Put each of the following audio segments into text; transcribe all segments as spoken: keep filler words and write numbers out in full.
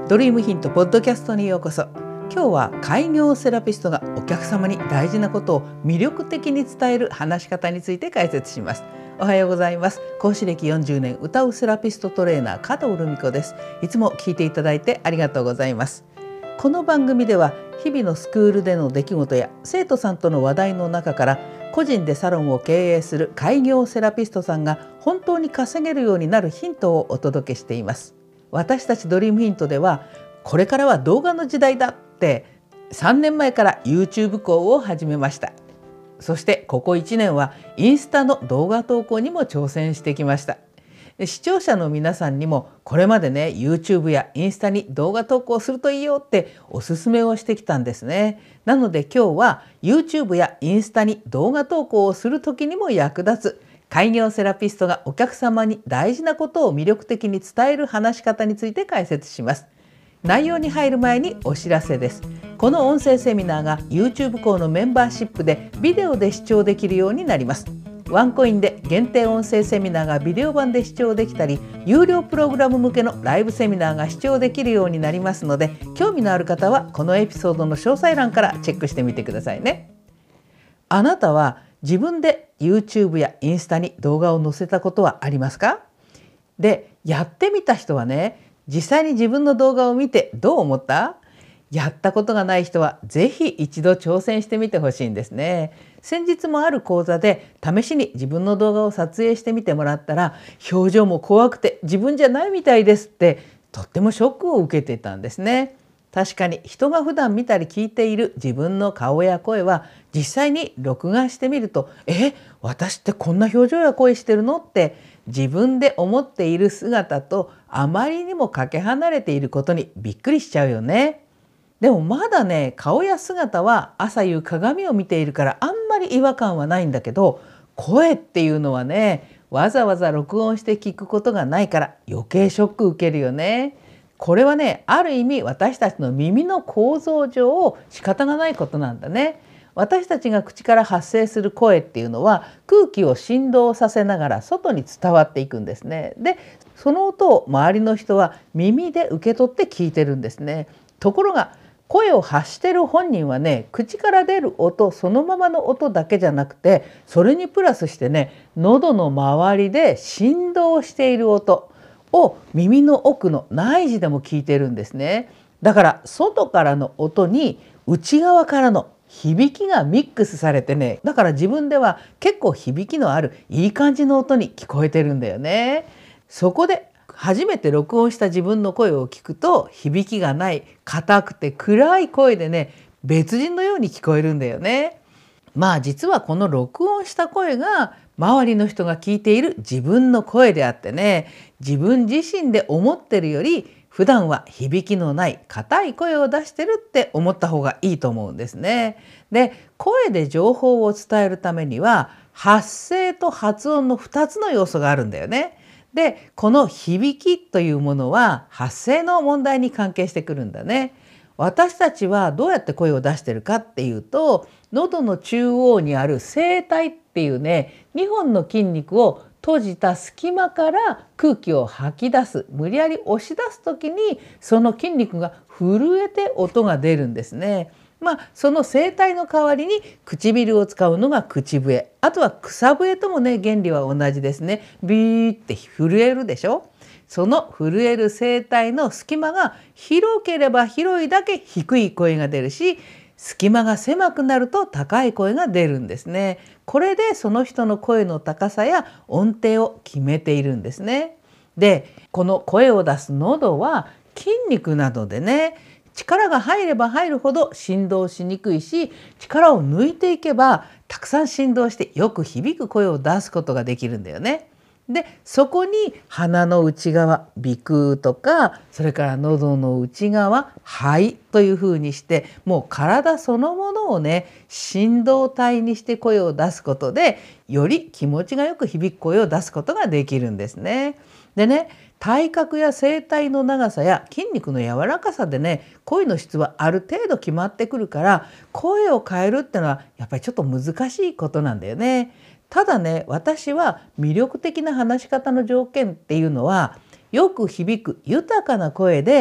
ドリームヒントポッドキャストにようこそ。今日は開業セラピストがお客様に大事なことを魅力的に伝える話し方について解説します。おはようございます。講師歴よんじゅうねん、歌うセラピストトレーナー加藤留美子です。いつも聞いていただいてありがとうございます。この番組では日々のスクールでの出来事や生徒さんとの話題の中から個人でサロンを経営する開業セラピストさんが本当に稼げるようになるヒントをお届けしています。私たちドリームヒントではこれからは動画の時代だってさんねんまえから YouTube 講を始めました。そしてここいちねんはインスタの動画投稿にも挑戦してきました。視聴者の皆さんにもこれまでね YouTube やインスタに動画投稿するといいよっておすすめをしてきたんですね。なので今日は YouTube やインスタに動画投稿をする時にも役立つ開業セラピストがお客様に大事なことを魅力的に伝える話し方について解説します。内容に入る前にお知らせです。この音声セミナーが YouTube 講のメンバーシップでビデオで視聴できるようになります。ワンコインで限定音声セミナーがビデオ版で視聴できたり、有料プログラム向けのライブセミナーが視聴できるようになりますので、興味のある方はこのエピソードの詳細欄からチェックしてみてくださいね。あなたは自分で YouTube やインスタに動画を載せたことはありますか？で、やってみた人はね、実際に自分の動画を見てどう思った？やったことがない人はぜひ一度挑戦してみてほしいんですね。先日もある講座で試しに自分の動画を撮影してみてもらったら、表情も怖くて自分じゃないみたいですってとってもショックを受けていたんですね。確かに人が普段見たり聞いている自分の顔や声は実際に録画してみると、え、私ってこんな表情や声してるのって自分で思っている姿とあまりにもかけ離れていることにびっくりしちゃうよね。でもまだね、顔や姿は朝夕鏡を見ているからあんまり違和感はないんだけど、声っていうのはね、わざわざ録音して聞くことがないから余計ショック受けるよね。これはね、ある意味私たちの耳の構造上仕方がないことなんだね。私たちが口から発生する声っていうのは空気を振動させながら外に伝わっていくんですね。で、その音を周りの人は耳で受け取って聞いてるんですね。ところが声を発してる本人はね、口から出る音そのままの音だけじゃなくて、それにプラスしてね、喉の周りで振動している音を耳の奥の内耳でも聞いてるんですね。だから外からの音に内側からの響きがミックスされてね、だから自分では結構響きのあるいい感じの音に聞こえてるんだよね。そこで初めて録音した自分の声を聞くと、響きがない硬くて暗い声でね、別人のように聞こえるんだよね。まあ実はこの録音した声が周りの人が聞いている自分の声であってね、自分自身で思ってるより普段は響きのない硬い声を出してるって思った方がいいと思うんですね。で、声で情報を伝えるためには発声と発音のふたつの要素があるんだよね。で、この響きというものは発声の問題に関係してくるんだね。私たちはどうやって声を出してるかっていうと、喉の中央にある声帯っていうね、にほんの筋肉を閉じた隙間から空気を吐き出す、無理やり押し出す時にその筋肉が震えて音が出るんですね。まあその声帯の代わりに唇を使うのが口笛、あとは草笛ともね、原理は同じですね。ビーって震えるでしょ。その震える声帯の隙間が広ければ広いだけ低い声が出るし、隙間が狭くなると高い声が出るんですね。これでその人の声の高さや音程を決めているんですね。で、この声を出す喉は筋肉などでね、力が入れば入るほど振動しにくいし、力を抜いていけばたくさん振動してよく響く声を出すことができるんだよね。で、そこに鼻の内側、鼻腔とか、それから喉の内側、肺というふうにして、もう体そのものをね、振動体にして声を出すことで、より気持ちがよく響く声を出すことができるんですね。でね、体格や声帯の長さや筋肉の柔らかさでね、声の質はある程度決まってくるから、声を変えるってのはやっぱりちょっと難しいことなんだよね。ただね、私は魅力的な話し方の条件っていうのは、よく響く豊かな声で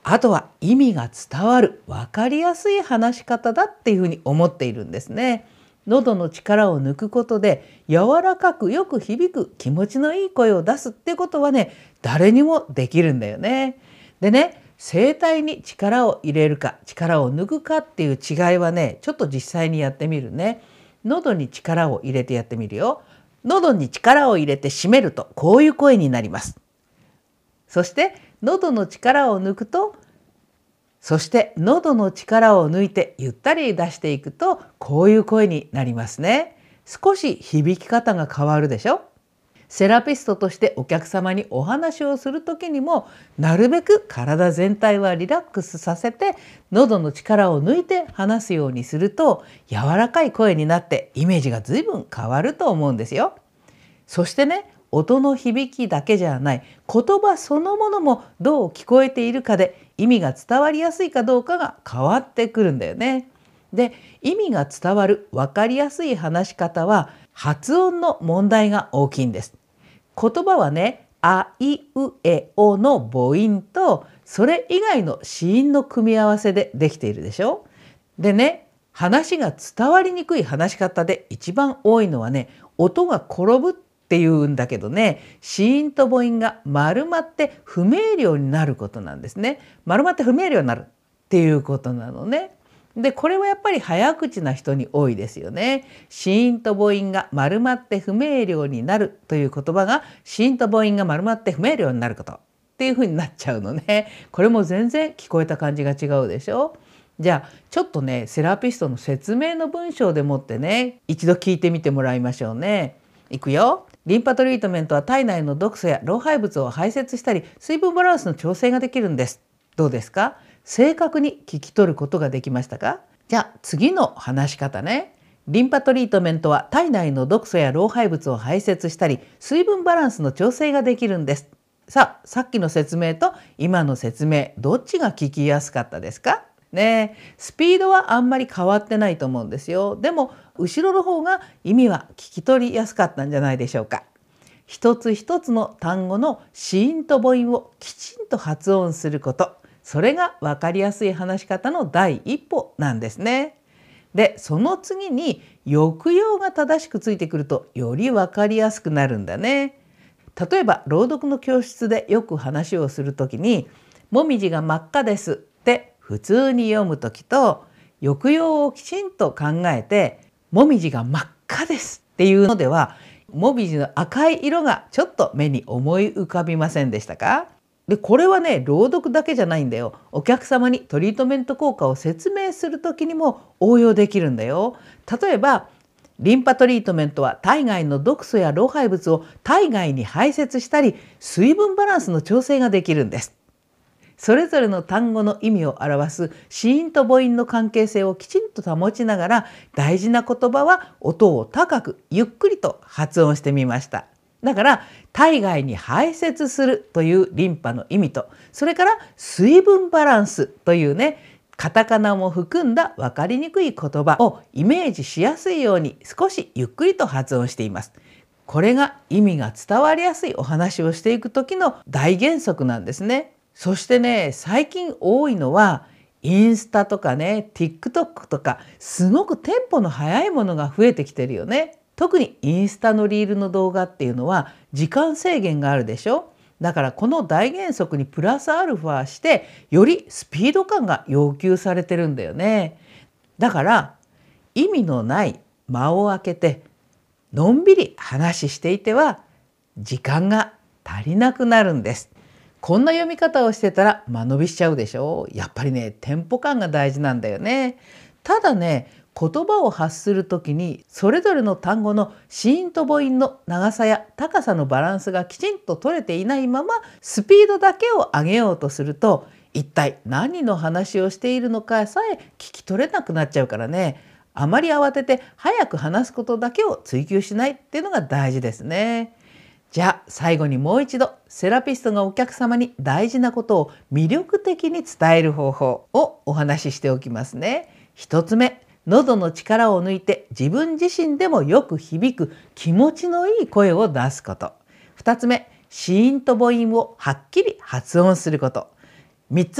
あとは意味が伝わる分かりやすい話し方だっていうふうに思っているんですね。喉の力を抜くことで柔らかくよく響く気持ちのいい声を出すっていうことはね、誰にもできるんだよね。でね、声帯に力を入れるか力を抜くかっていう違いはね、ちょっと実際にやってみるね。喉に力を入れてやってみるよ。喉に力を入れて締めるとこういう声になります。そして喉の力を抜くと、そして喉の力を抜いてゆったり出していくとこういう声になりますね。少し響き方が変わるでしょ。セラピストとしてお客様にお話をする時にも、なるべく体全体はリラックスさせて喉の力を抜いて話すようにすると、柔らかい声になってイメージが随分変わると思うんですよ。そしてね、音の響きだけじゃない、言葉そのものもどう聞こえているかで意味が伝わりやすいかどうかが変わってくるんだよね。で、意味が伝わる分かりやすい話し方は発音の問題が大きいんです。言葉はね、あいうえおの母音とそれ以外の子音の組み合わせでできているでしょ。でね、話が伝わりにくい話し方で一番多いのはね、音が転ぶっていうんだけどね、子音と母音が丸まって不明瞭になることなんですね。丸まって不明瞭になるっていうことなのね。で、これはやっぱり早口な人に多いですよね。子音と母音が丸まって不明瞭になるという言葉が、子音と母音が丸まって不明瞭になることっていうふうになっちゃうのね。これも全然聞こえた感じが違うでしょ。じゃあちょっとね、セラピストの説明の文章でもってね、一度聞いてみてもらいましょうね。いくよ。リンパトリートメントは体内の毒素や老廃物を排泄したり、水分バランスの調整ができるんです。どうですか？正確に聞き取ることができましたか？じゃあ次の話し方ね。リンパトリートメントは体内の毒素や老廃物を排泄したり、水分バランスの調整ができるんです。さあ、さっきの説明と今の説明、どっちが聞きやすかったですか？ねえ、スピードはあんまり変わってないと思うんですよ。でも後ろの方が意味は聞き取りやすかったんじゃないでしょうか。一つ一つの単語の子音と母音をきちんと発音すること、それが分かりやすい話し方の第一歩なんですね。で、その次に抑揚が正しくついてくるとより分かりやすくなるんだね。例えば朗読の教室でよく話をするときに、もみじが真っ赤ですって普通に読むときと、抑揚をきちんと考えてもみじが真っ赤ですっていうのでは、もみじの赤い色がちょっと目に思い浮かびませんでしたか？で、これはね、朗読だけじゃないんだよ。お客様にトリートメント効果を説明する時にも応用できるんだよ。例えばリンパトリートメントは体外の毒素や老廃物を体外に排泄したり、水分バランスの調整ができるんです。それぞれの単語の意味を表す子音と母音の関係性をきちんと保ちながら、大事な言葉は音を高くゆっくりと発音してみました。だから体外に排泄するというリンパの意味と、それから水分バランスというね、カタカナも含んだ分かりにくい言葉をイメージしやすいように少しゆっくりと発音しています。これが意味が伝わりやすいお話をしていく時の大原則なんですね。そしてね、最近多いのはインスタとかね、TikTok とかすごくテンポの速いものが増えてきてるよね。特にインスタのリールの動画っていうのは時間制限があるでしょ。だからこの大原則にプラスアルファしてよりスピード感が要求されてるんだよね。だから意味のない間を空けてのんびり話していては時間が足りなくなるんです。こんな読み方をしてたら間延びしちゃうでしょ。やっぱりね、テンポ感が大事なんだよね。ただね、言葉を発するときにそれぞれの単語の子音と母音の長さや高さのバランスがきちんと取れていないままスピードだけを上げようとすると、一体何の話をしているのかさえ聞き取れなくなっちゃうからね、あまり慌てて早く話すことだけを追求しないっていうのが大事ですね。じゃあ最後にもう一度、セラピストがお客様に大事なことを魅力的に伝える方法をお話ししておきますね。一つ目、喉の力を抜いて自分自身でもよく響く気持ちのいい声を出すこと。二つ目、子音と母音をはっきり発音すること。三つ目、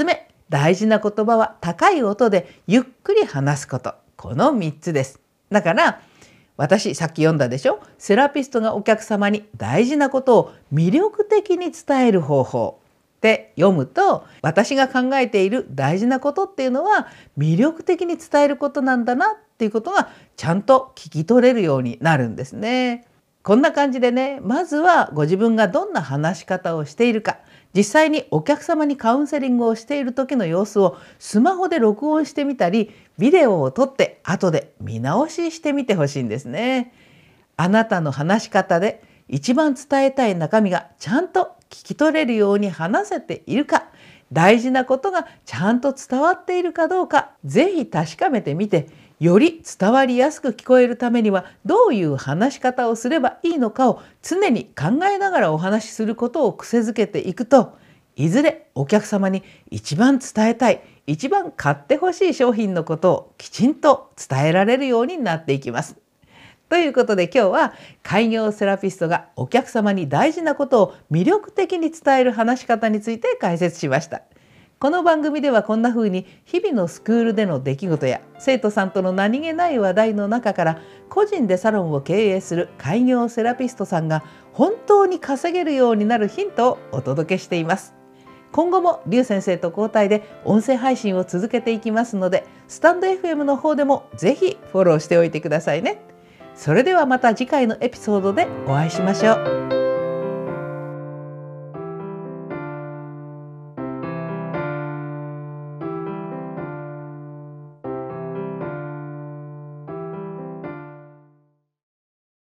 大事な言葉は高い音でゆっくり話すこと。このみっつです。だから私さっき読んだでしょ。セラピストがお客様に大事なことを魅力的に伝える方法って読むと、私が考えている大事なことっていうのは魅力的に伝えることなんだなっていうことがちゃんと聞き取れるようになるんですね。こんな感じでね、まずはご自分がどんな話し方をしているか、実際にお客様にカウンセリングをしている時の様子をスマホで録音してみたり、ビデオを撮って後で見直ししてみてほしいんですね。あなたの話し方で一番伝えたい中身がちゃんと聞き取れるように話せているか、大事なことがちゃんと伝わっているかどうか、ぜひ確かめてみて、より伝わりやすく聞こえるためにはどういう話し方をすればいいのかを常に考えながらお話しすることを癖づけていくと、いずれお客様に一番伝えたい、一番買ってほしい商品のことをきちんと伝えられるようになっていきます。ということで今日は開業セラピストがお客様に大事なことを魅力的に伝える話し方について解説しました。この番組ではこんな風に日々のスクールでの出来事や生徒さんとの何気ない話題の中から個人でサロンを経営する開業セラピストさんが本当に稼げるようになるヒントをお届けしています。今後もリュウ先生と交代で音声配信を続けていきますので、スタンド エフエム の方でもぜひフォローしておいてくださいね。それではまた次回のエピソードでお会いしましょう。